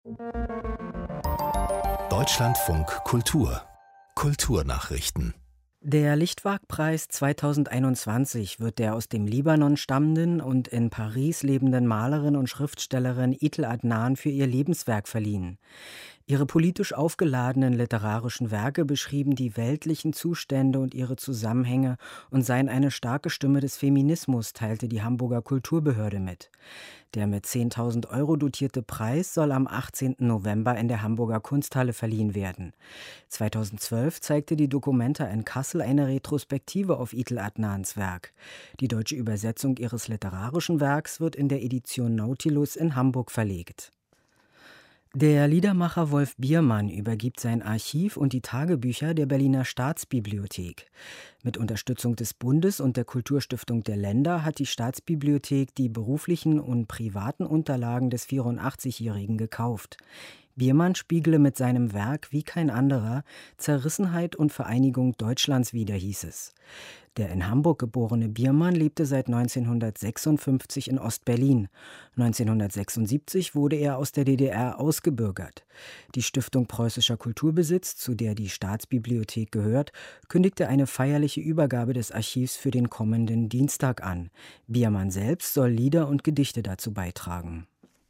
Deutschlandfunk Kultur Kulturnachrichten. Der Lichtwark-Preis 2021 wird der aus dem Libanon stammenden und in Paris lebenden Malerin und Schriftstellerin Itel Adnan für ihr Lebenswerk verliehen. Ihre politisch aufgeladenen literarischen Werke beschrieben die weltlichen Zustände und ihre Zusammenhänge und seien eine starke Stimme des Feminismus, teilte die Hamburger Kulturbehörde mit. Der mit 10.000 Euro dotierte Preis soll am 18. November in der Hamburger Kunsthalle verliehen werden. 2012 zeigte die Documenta in Kassel eine Retrospektive auf Itel Adnans Werk. Die deutsche Übersetzung ihres literarischen Werks wird in der Edition Nautilus in Hamburg verlegt. Der Liedermacher Wolf Biermann übergibt sein Archiv und die Tagebücher der Berliner Staatsbibliothek. Mit Unterstützung des Bundes und der Kulturstiftung der Länder hat die Staatsbibliothek die beruflichen und privaten Unterlagen des 84-Jährigen gekauft. Biermann spiegle mit seinem Werk wie kein anderer Zerrissenheit und Vereinigung Deutschlands wider, hieß es. Der in Hamburg geborene Biermann lebte seit 1956 in Ostberlin. 1976 wurde er aus der DDR ausgebürgert. Die Stiftung Preußischer Kulturbesitz, zu der die Staatsbibliothek gehört, kündigte eine feierliche Übergabe des Archivs für den kommenden Dienstag an. Biermann selbst soll Lieder und Gedichte dazu beitragen.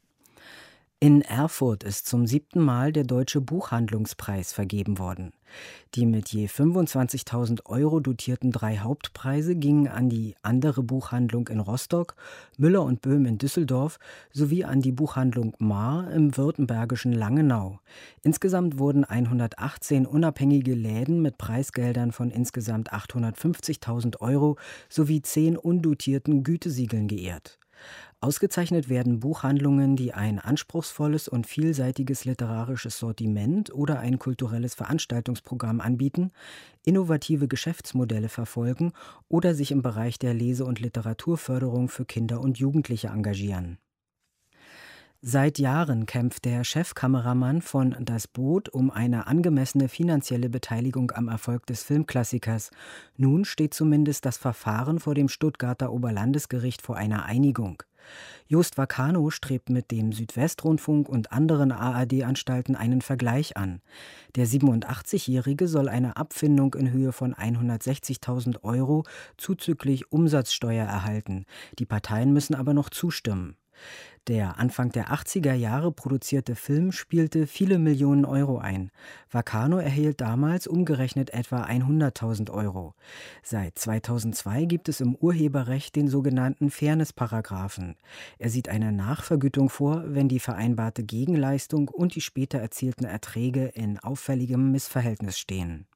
In Erfurt ist zum 7. Mal der Deutsche Buchhandlungspreis vergeben worden. Die mit je 25.000 Euro dotierten 3 Hauptpreise gingen an die Andere Buchhandlung in Rostock, Müller und Böhm in Düsseldorf sowie an die Buchhandlung Maar im württembergischen Langenau. Insgesamt wurden 118 unabhängige Läden mit Preisgeldern von insgesamt 850.000 Euro sowie 10 undotierten Gütesiegeln geehrt. Ausgezeichnet werden Buchhandlungen, die ein anspruchsvolles und vielseitiges literarisches Sortiment oder ein kulturelles Veranstaltungsprogramm anbieten, innovative Geschäftsmodelle verfolgen oder sich im Bereich der Lese- und Literaturförderung für Kinder und Jugendliche engagieren. Seit Jahren kämpft der Chefkameramann von Das Boot um eine angemessene finanzielle Beteiligung am Erfolg des Filmklassikers. Nun steht zumindest das Verfahren vor dem Stuttgarter Oberlandesgericht vor einer Einigung. Jost Vacano strebt mit dem Südwestrundfunk und anderen ARD-Anstalten einen Vergleich an. Der 87-Jährige soll eine Abfindung in Höhe von 160.000 Euro zuzüglich Umsatzsteuer erhalten. Die Parteien müssen aber noch zustimmen. Der Anfang der 80er Jahre produzierte Film spielte viele Millionen Euro ein. Vacano erhielt damals umgerechnet etwa 100.000 Euro. Seit 2002 gibt es im Urheberrecht den sogenannten Fairness-Paragraphen. Er sieht eine Nachvergütung vor, wenn die vereinbarte Gegenleistung und die später erzielten Erträge in auffälligem Missverhältnis stehen.